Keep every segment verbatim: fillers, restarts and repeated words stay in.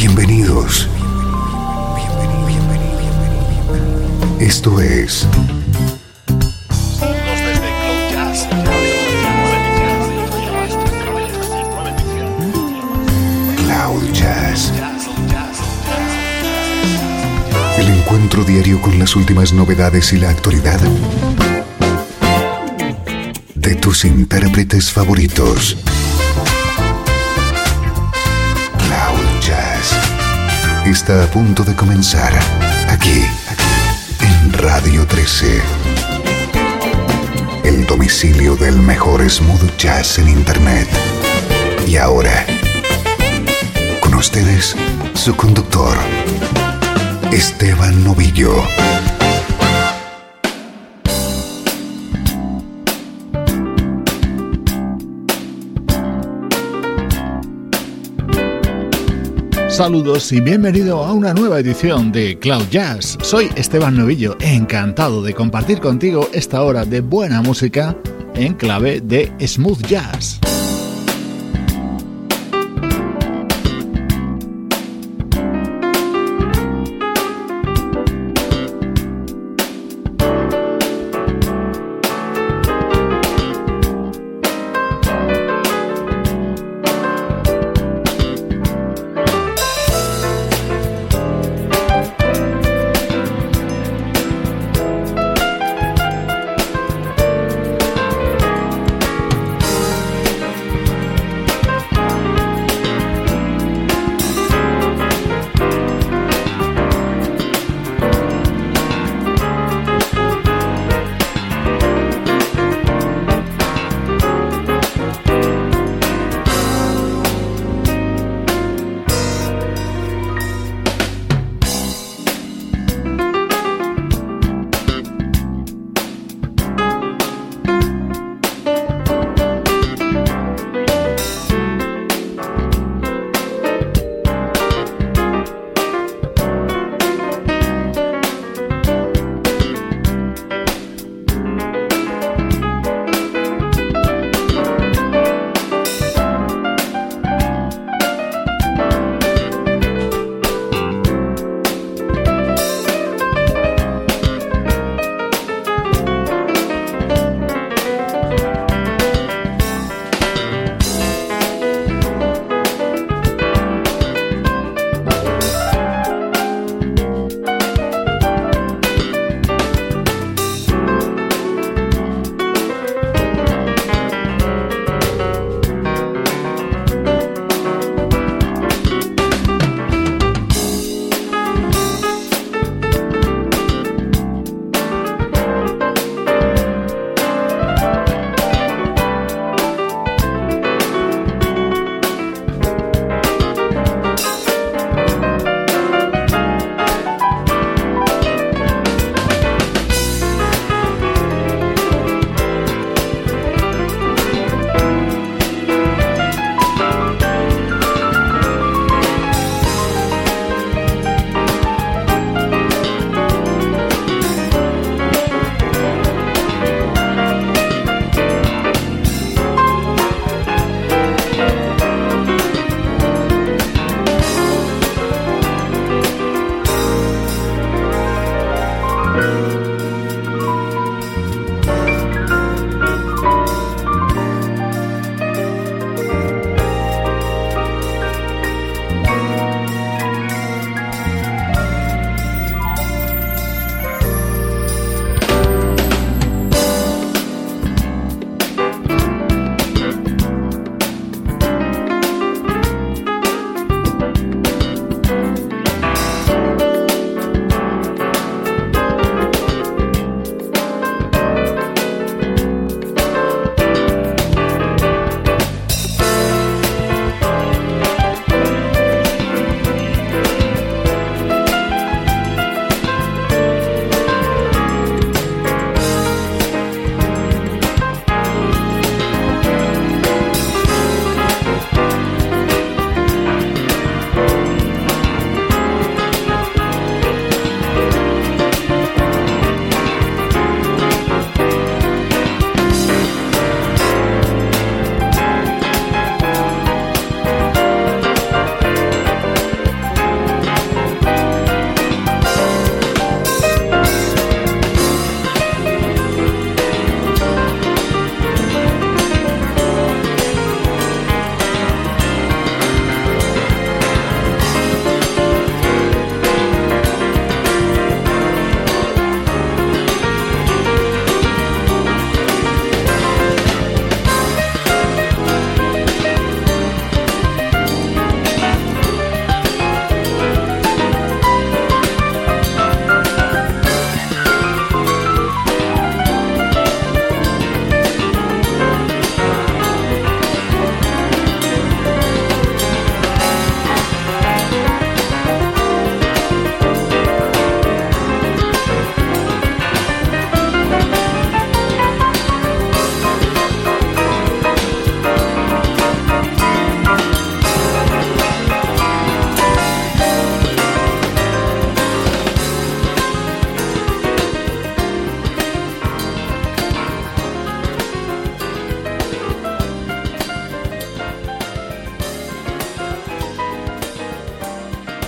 Bienvenidos. Esto es Cloud Jazz. El encuentro diario con las últimas novedades y la actualidad de tus intérpretes favoritos. Cloud Jazz está a punto de comenzar aquí, en Radio trece. El domicilio del mejor smooth jazz en internet. Y ahora, con ustedes, su conductor, Esteban Novillo. Saludos y bienvenido a una nueva edición de Cloud Jazz. Soy Esteban Novillo, encantado de compartir contigo esta hora de buena música en clave de smooth jazz.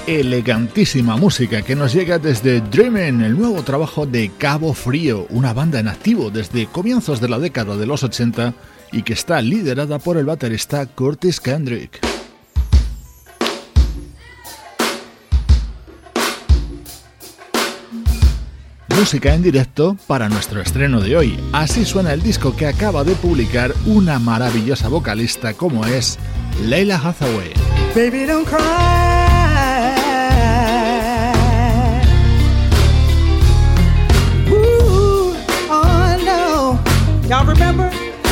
elegantísima música que nos llega desde Dreamin', el nuevo trabajo de Cabo Frío, una banda en activo desde comienzos de la década de los ochenta y que está liderada por el baterista Curtis Kendrick. Música en directo para nuestro estreno de hoy. Así suena el disco que acaba de publicar una maravillosa vocalista como es Lalah Hathaway. Baby, don't cry. Ooh, oh no. Y'all remember?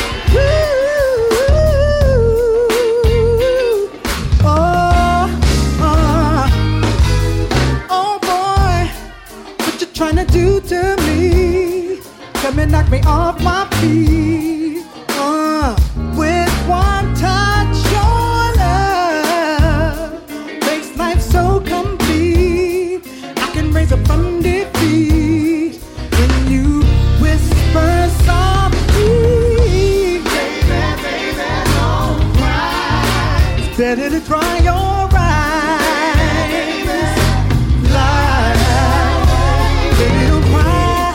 Trying to do to me, come and knock me off my feet. Uh, with one touch, your love makes life so complete. I can raise up from defeat when you whisper softly. Baby, baby, don't cry. It's better to dry your eyes. Baby, don't cry.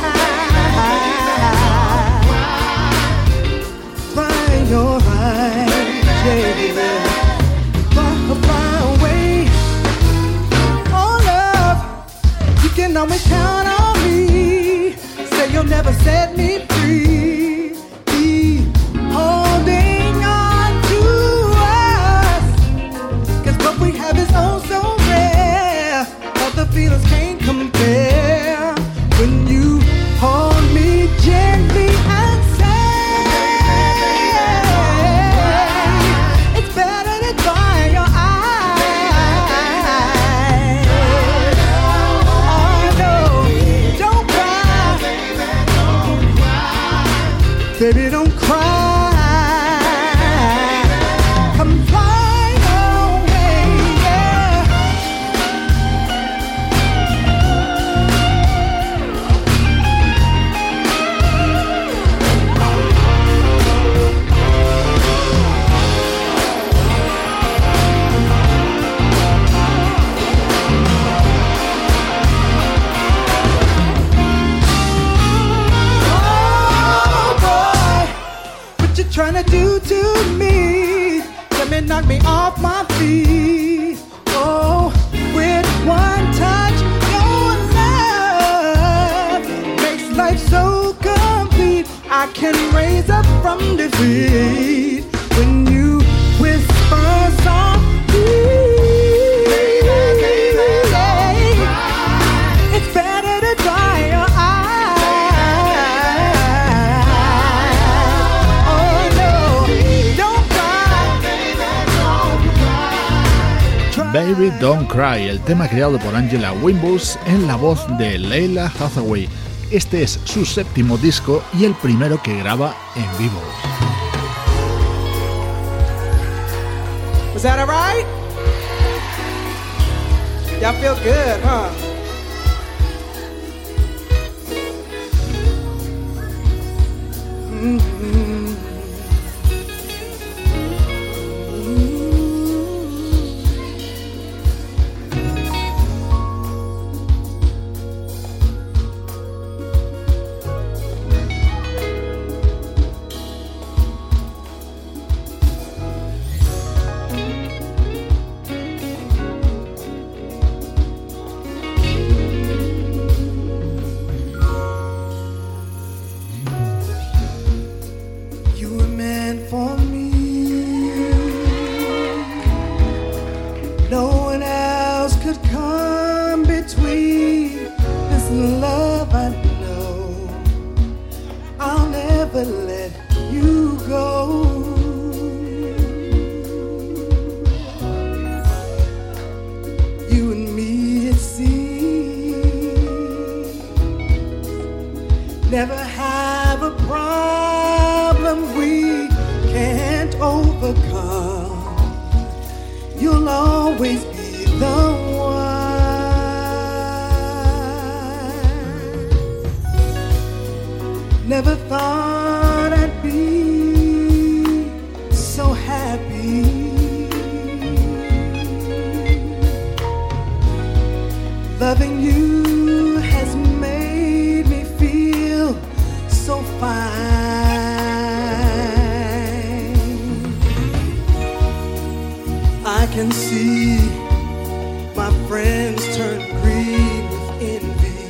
Dry your eyes, baby. Far, far away. Oh, love, you can always count on me. Say you'll never set me free. Be holding on to us, 'cause what we have is oh so rare. All the feelings can't compare. When you hold me gently and say, it's better to dry your eyes. Oh no, don't cry. Baby, don't cry. Come fly away, yeah. Trying to do to me, let me knock me off my feet. Oh, with one touch, your love makes life so complete. I can raise up from defeat when you whisper softly. Baby, baby, don't cry. It's better to dry your Baby Don't Cry, el tema creado por Angela Winbush en la voz de Lalah Hathaway. Este es su séptimo disco y el primero que graba en vivo. Was that all right? Y'all feel good, huh? Mm-hmm. I can see my friends turn green with envy.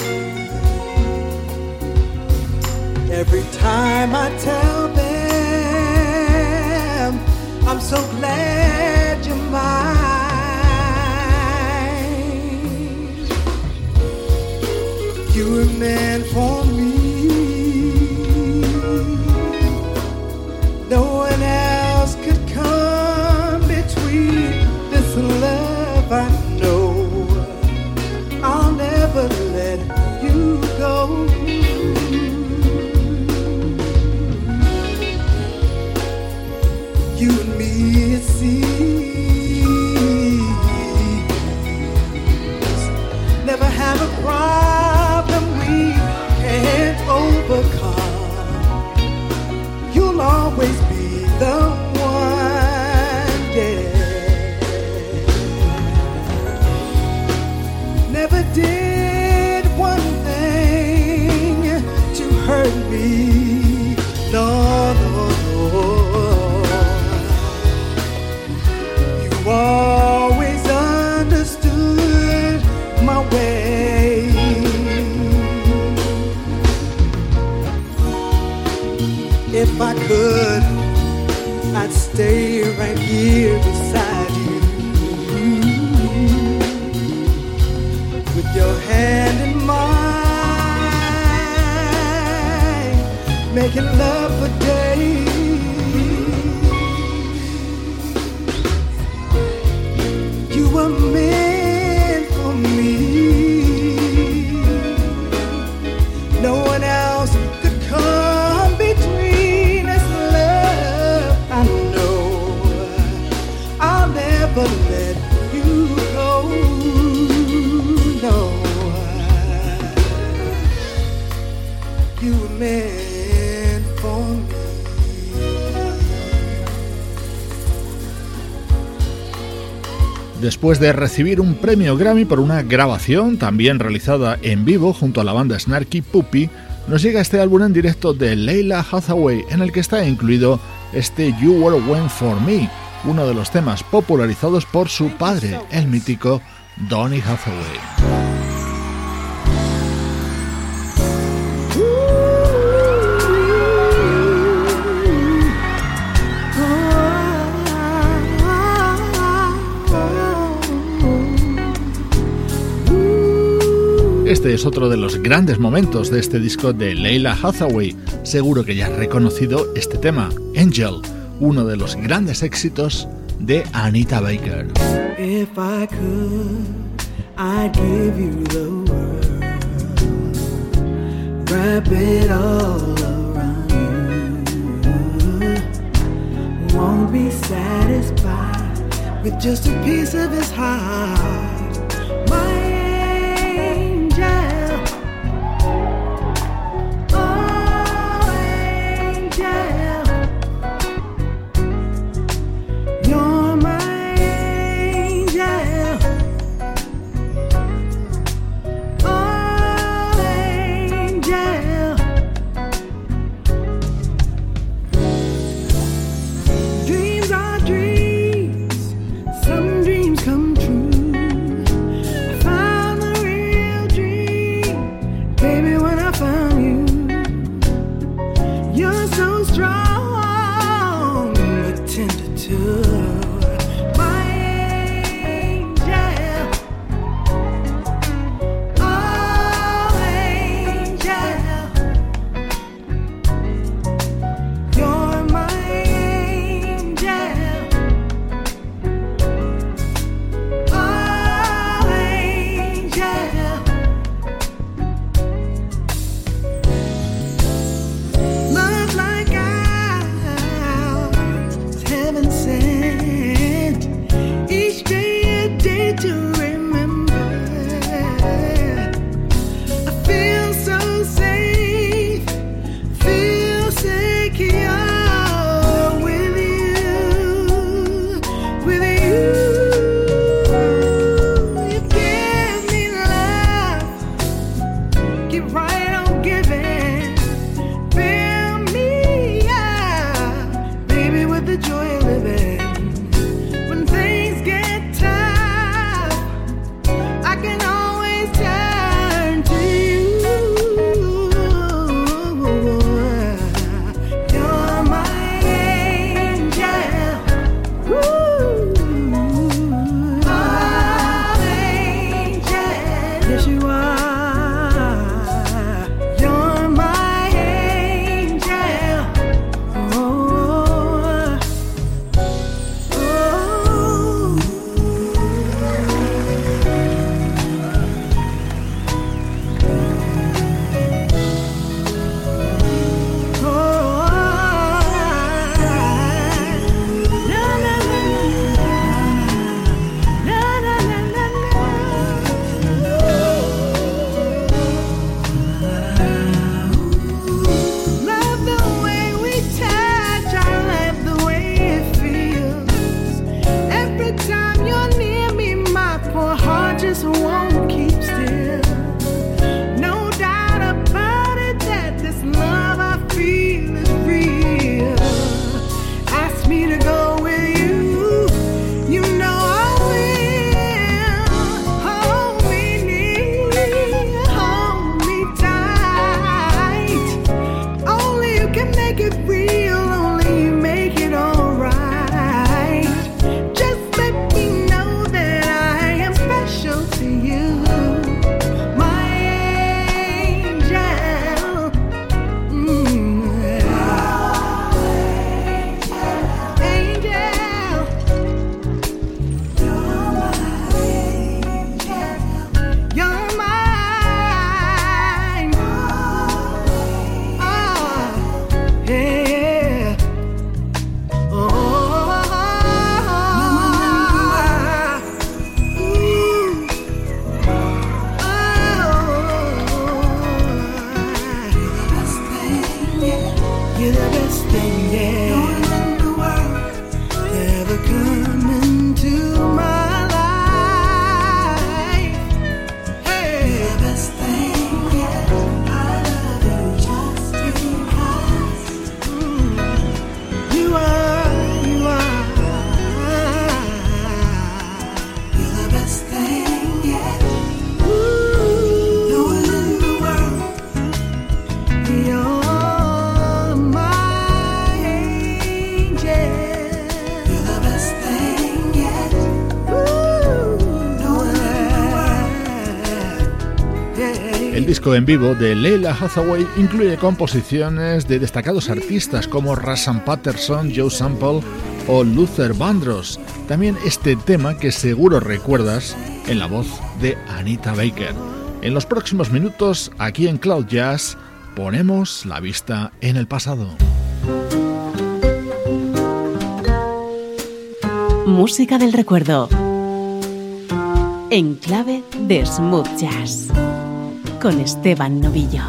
Every time I tell them I'm so glad you're mine. You were meant for me. No one else could come between this love I know. I'll never let you go. You and me, it seems, never have a problem we can't overcome. You'll always be the one, yeah. Never did one thing to hurt me, no, no, no. You always understood my way. If I could, I'd stay right here beside you, with your hand in mine, making love for days. You were meant for me. No one else could come between us, love. I know I'll never let you go. No, you were meant for me. Después de recibir un premio Grammy por una grabación también realizada en vivo junto a la banda Snarky Puppy, nos llega este álbum en directo de Lalah Hathaway, en el que está incluido este You Were Meant For Me, uno de los temas popularizados por su padre, el mítico Donny Hathaway. Este es otro de los grandes momentos de este disco de Lalah Hathaway. Seguro que ya has reconocido este tema, Angel, uno de los grandes éxitos de Anita Baker. If I could, I'd give you the world, wrap it all around you. Won't be satisfied with just a piece of his heart. My come true. El disco en vivo de Lalah Hathaway incluye composiciones de destacados artistas como Rahsaan Patterson, Joe Sample o Luther Vandross. También este tema que seguro recuerdas en la voz de Anita Baker. En los próximos minutos, aquí en Cloud Jazz, ponemos la vista en el pasado. Música del recuerdo en clave de smooth jazz con Esteban Novillo.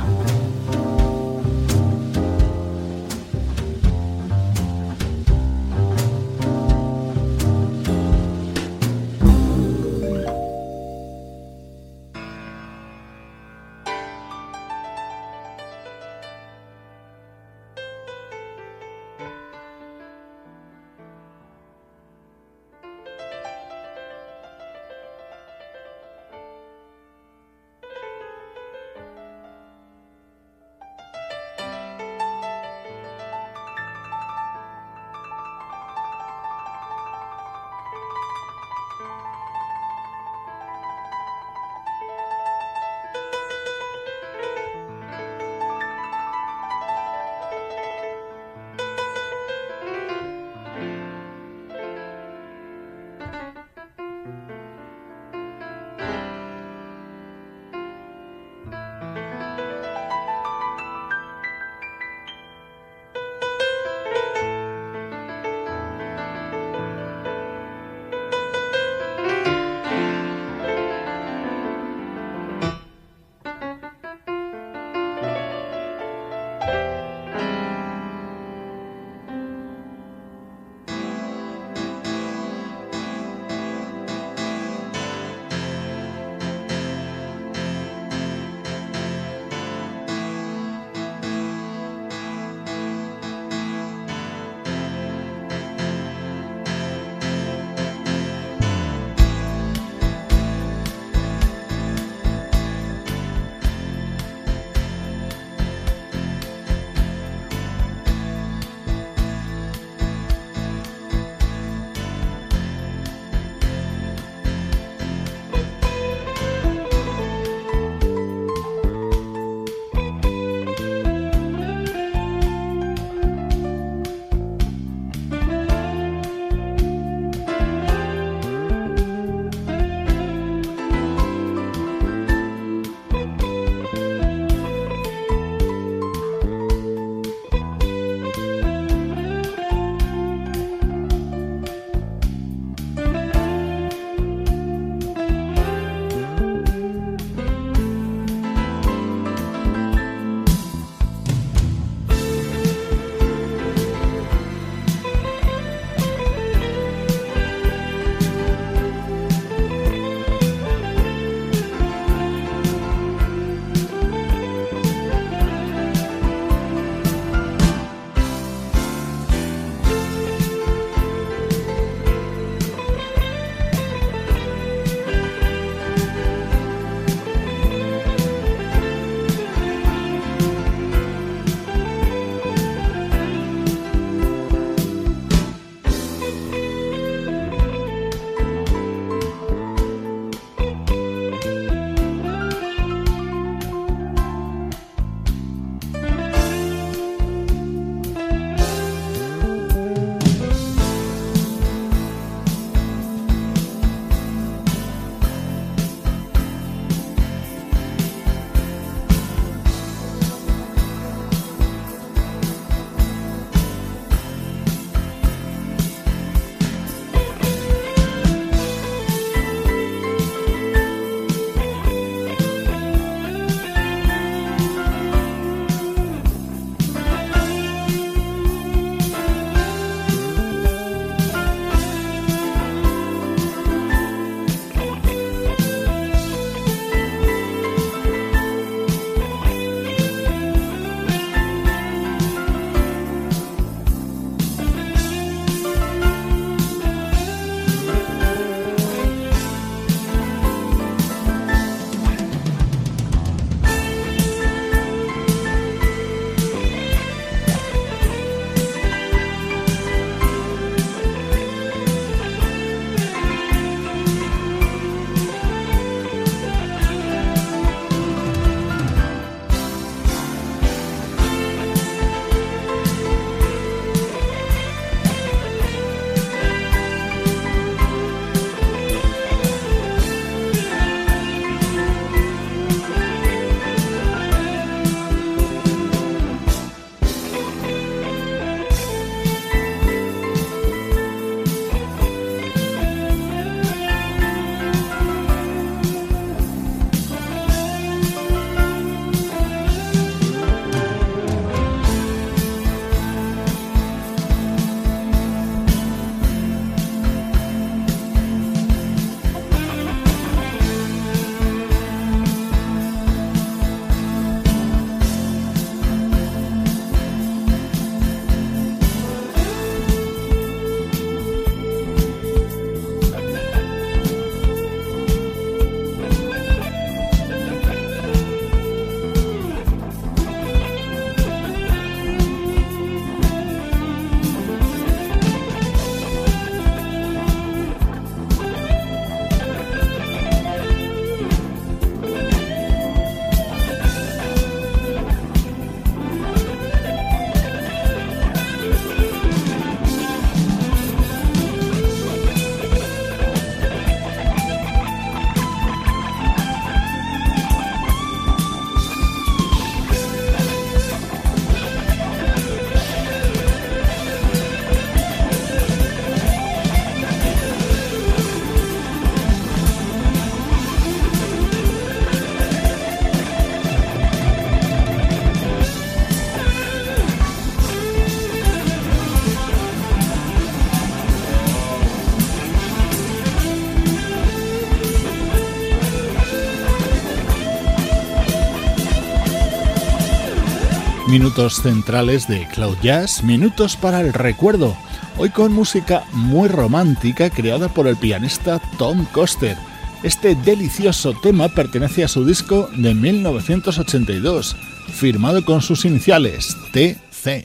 Minutos centrales de Cloud Jazz, minutos para el recuerdo. Hoy con música muy romántica creada por el pianista Tom Coster. Este delicioso tema pertenece a su disco de mil novecientos ochenta y dos, firmado con sus iniciales T C.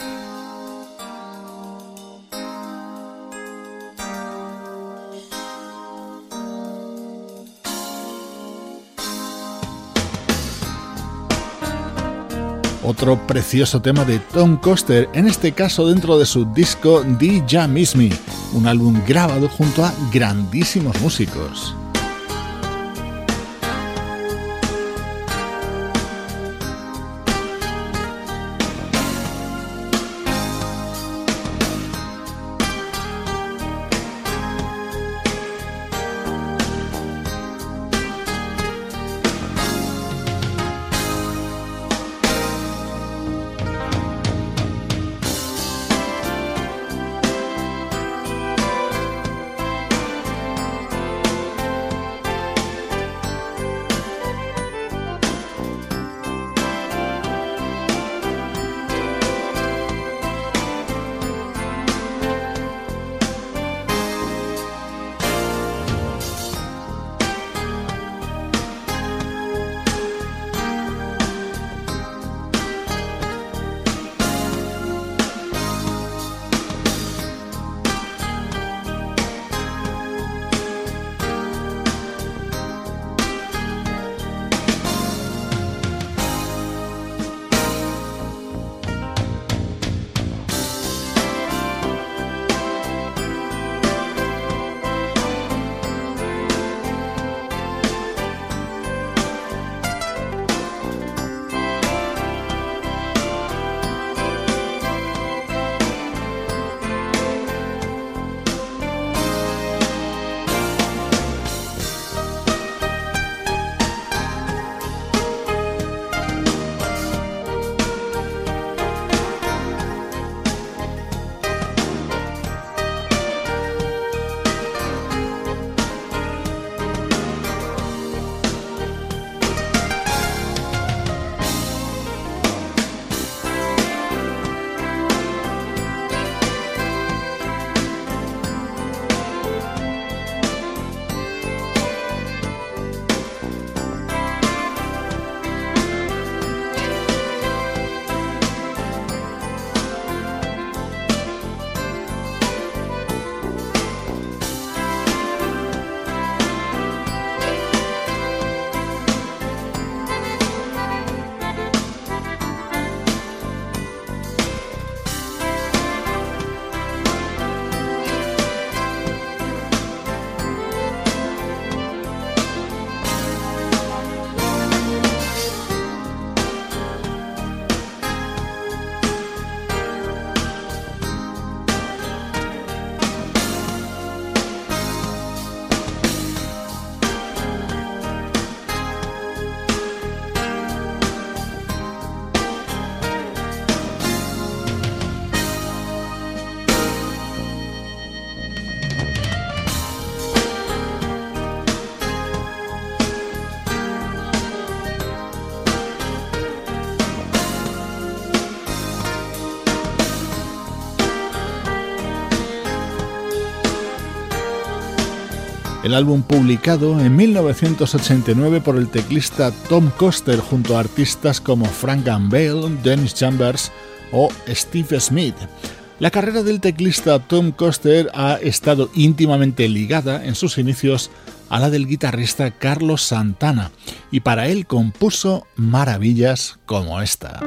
Otro precioso tema de Tom Coster, en este caso dentro de su disco D Ya Miss Me, un álbum grabado junto a grandísimos músicos. El álbum publicado en mil novecientos ochenta y nueve por el teclista Tom Coster junto a artistas como Frank Gambale, Dennis Chambers o Steve Smith. La carrera del teclista Tom Coster ha estado íntimamente ligada en sus inicios a la del guitarrista Carlos Santana y para él compuso maravillas como esta.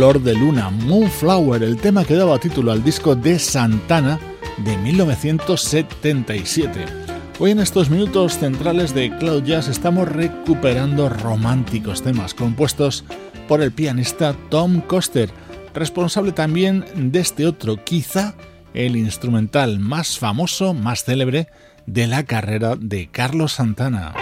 Flor de Luna, Moonflower, el tema que daba título al disco de Santana de mil novecientos setenta y siete. Hoy en estos minutos centrales de Cloud Jazz estamos recuperando románticos temas compuestos por el pianista Tom Coster, responsable también de este otro, quizá el instrumental más famoso, más célebre de la carrera de Carlos Santana.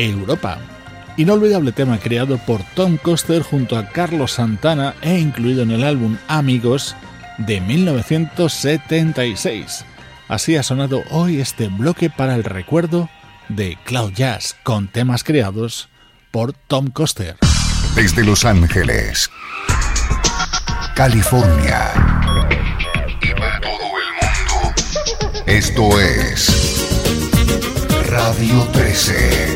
Europa. Inolvidable tema creado por Tom Coster junto a Carlos Santana e incluido en el álbum Amigos de mil novecientos setenta y seis. Así ha sonado hoy este bloque para el recuerdo de Cloud Jazz con temas creados por Tom Coster. Desde Los Ángeles, California y para todo el mundo, esto es Radio trece.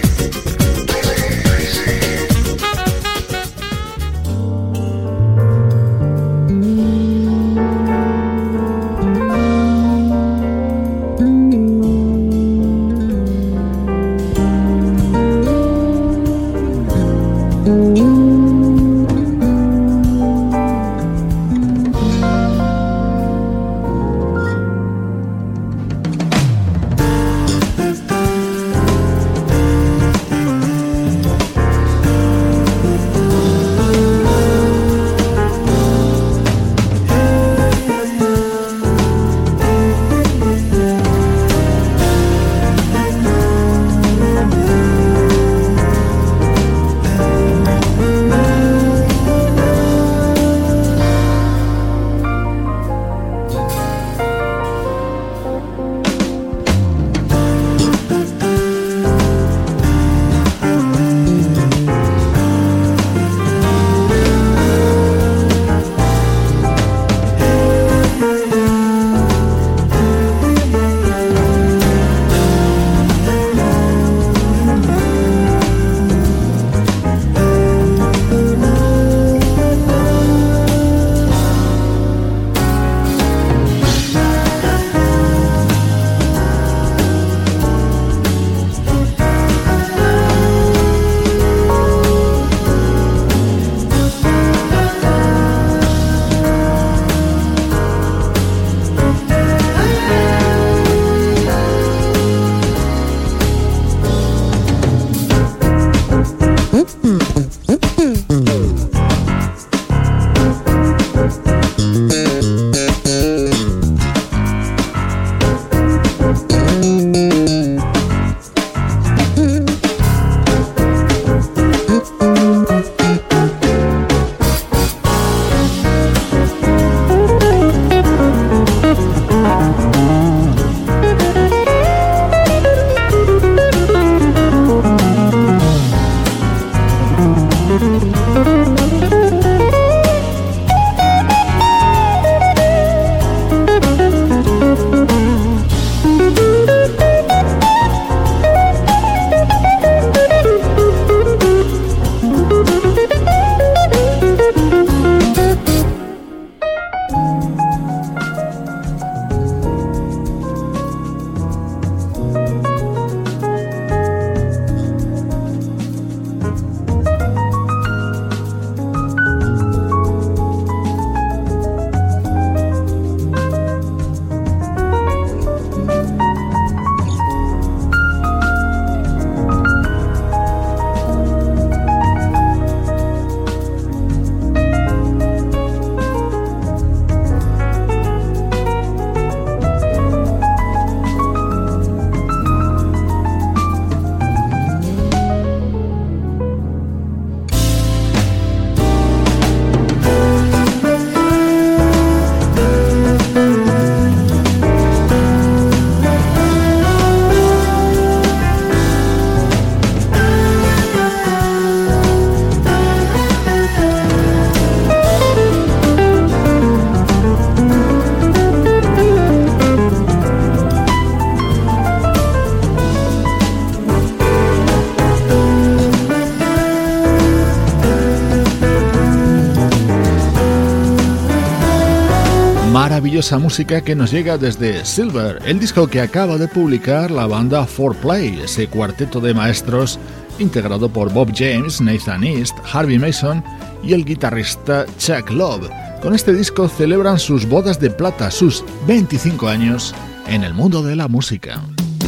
Maravillosa música que nos llega desde Silver, el disco que acaba de publicar la banda four play, ese cuarteto de maestros integrado por Bob James, Nathan East, Harvey Mason y el guitarrista Chuck Love. Con este disco celebran sus bodas de plata, sus veinticinco años en el mundo de la música.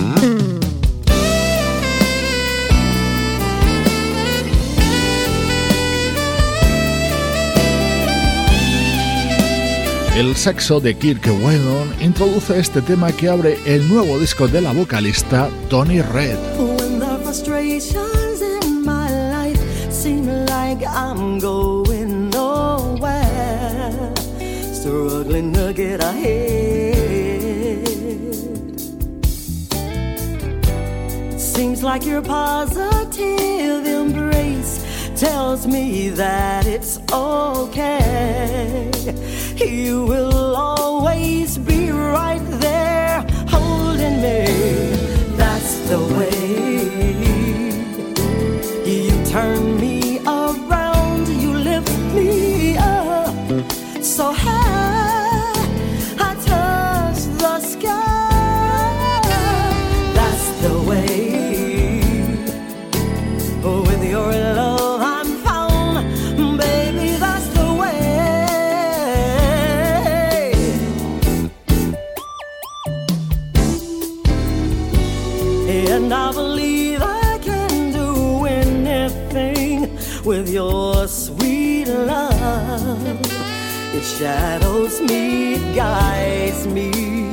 El saxo de Kirk Whelan introduce este tema que abre el nuevo disco de la vocalista Toni Red. When the frustrations feeling to get ahead. Seems like your positive embrace tells me that it's okay. You will always be right there holding me. That's the way you turn me around, you lift me up so high, I touch the sky. That's the way. With your love I'm found, baby, that's the way. And I believe I can do anything with your sweet love. It shadows me, it guides me.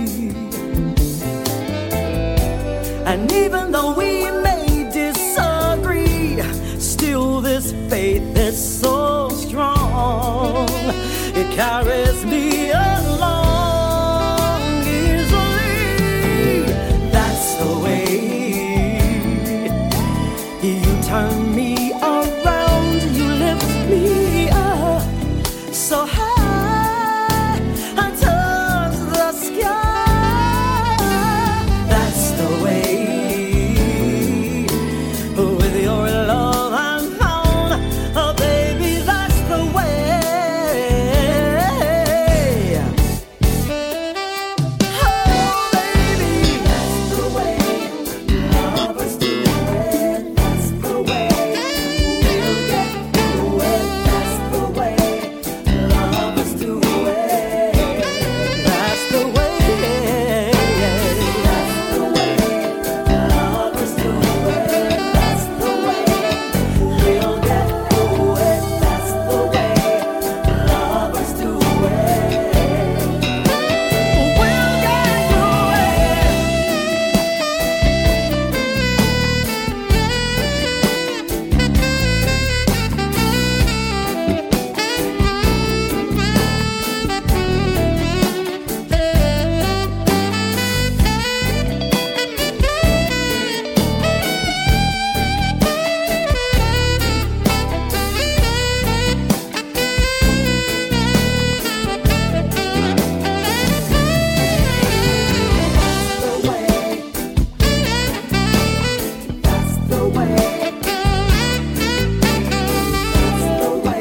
And even though we may disagree, still this faith is so strong. It carries me along easily. That's the way you turn me around, you lift me up so high, I touch the sky. That's the way. With your love I'm found, oh baby, that's the way. Oh baby, that's the way. Lovers do it, that's the way. We'll get through it, that's the way. Lovers do it, that's the way. That's the way. Lovers do it, that's the way. We'll get through it, that's the way. Lovers do it. We'll get through it. That's the way. That's the way.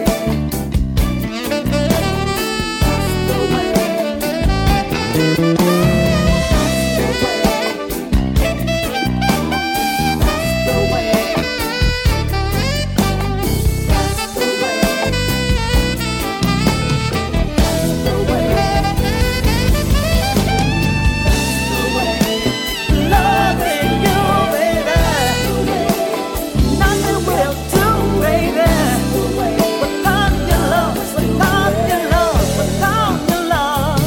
That's the way. Loving you, baby, nothing will do, baby. Without your love, without your love, without your love.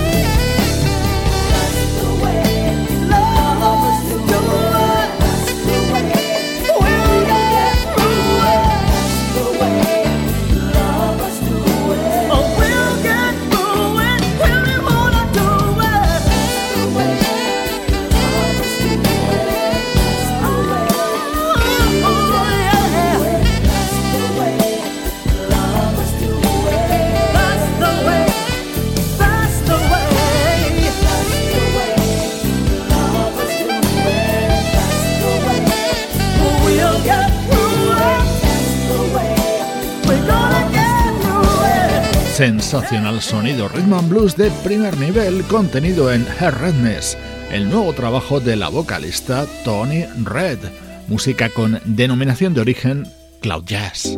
That's the way. Lovers do it. That's the way. We'll get through it. That's the way. Lovers do it. Oh, we'll get through it. Really wanna do it. That's the way. Lovers do it. That's the way. Oh, yeah. That's the way. Lovers do it. That's the way. That's the way. That's the way. Lovers do it. That's the way. We'll get through it. That's the way. We're gonna get through it. Sensacional sonido rhythm and blues de primer nivel contenido en Her Redness, el nuevo trabajo de la vocalista Tony Red, música con denominación de origen Cloud Jazz.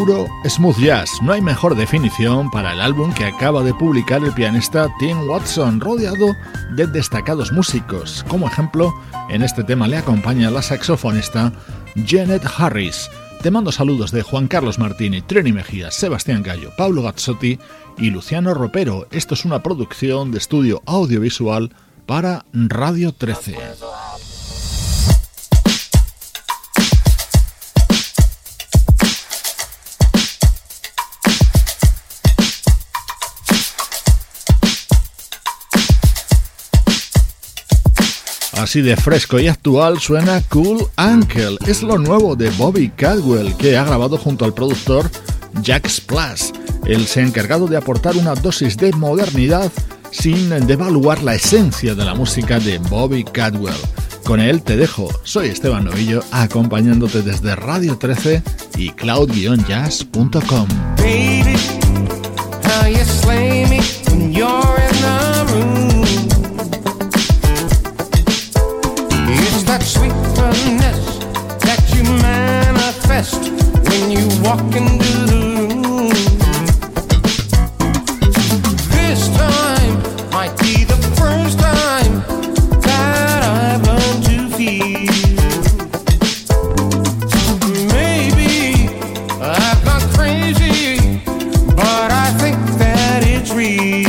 Puro smooth jazz. No hay mejor definición para el álbum que acaba de publicar el pianista Tim Watson, rodeado de destacados músicos. Como ejemplo, en este tema le acompaña la saxofonista Janet Harris. Te mando saludos de Juan Carlos Martini, Trini Mejía, Sebastián Gallo, Pablo Gazzotti y Luciano Ropero. Esto es una producción de estudio audiovisual para Radio trece. Así de fresco y actual suena Cool Uncle. Es lo nuevo de Bobby Caldwell, que ha grabado junto al productor Jack Splash. Él se ha encargado de aportar una dosis de modernidad sin devaluar la esencia de la música de Bobby Caldwell. Con él te dejo. Soy Esteban Novillo, acompañándote desde Radio trece y cloud jazz punto com. Baby, how you slay me when you're in the room. It's that sweet finesse that you manifest when you walk into the room. This time might be the first time that I've learned to feel. Maybe I've gone crazy, but I think that it's real.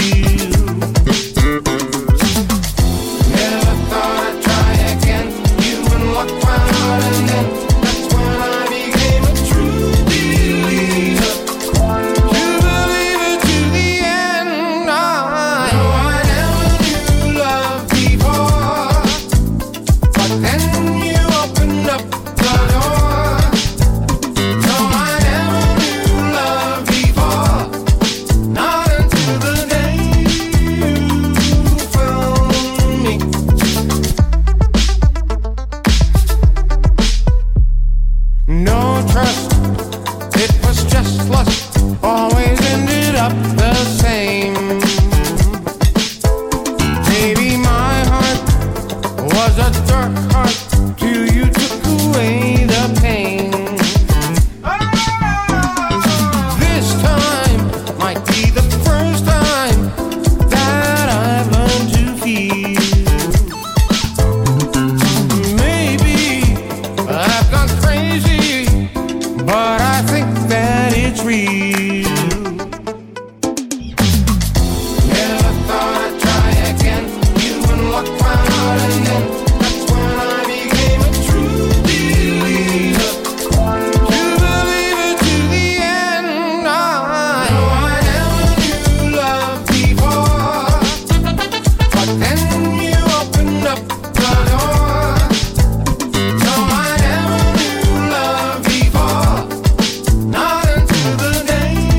Not until the day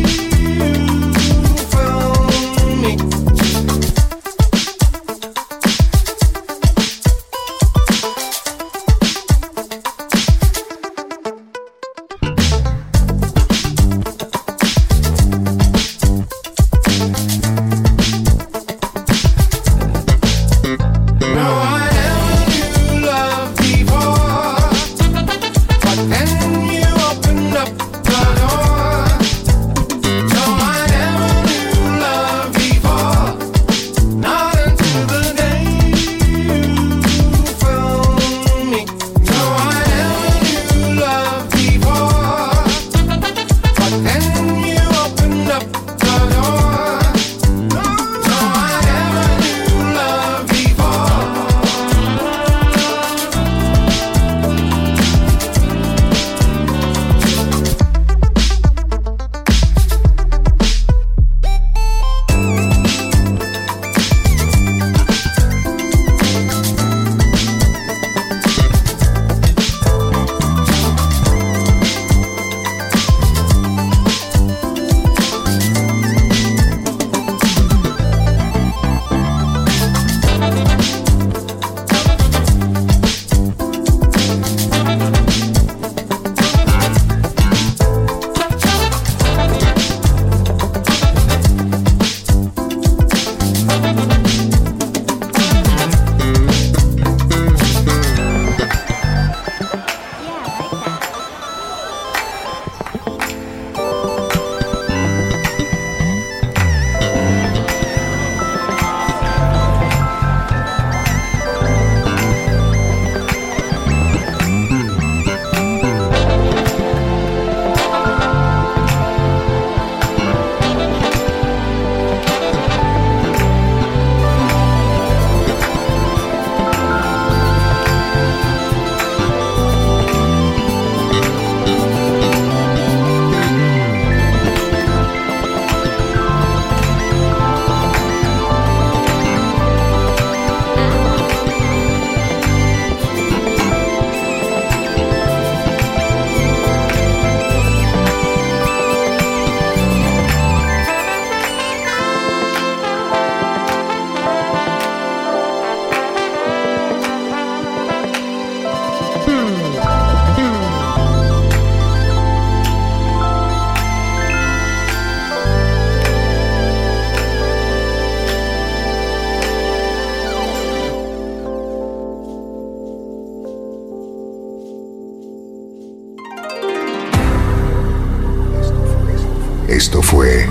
Esto fue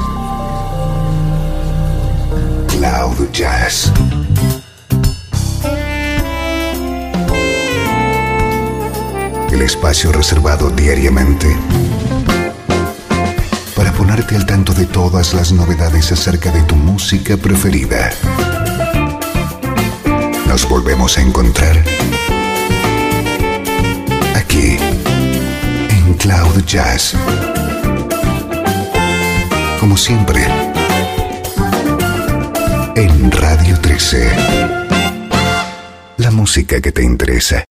Cloud Jazz. El espacio reservado diariamente para ponerte al tanto de todas las novedades acerca de tu música preferida. Nos volvemos a encontrar aquí en Cloud Jazz. Como siempre, en Radio trece. La música que te interesa.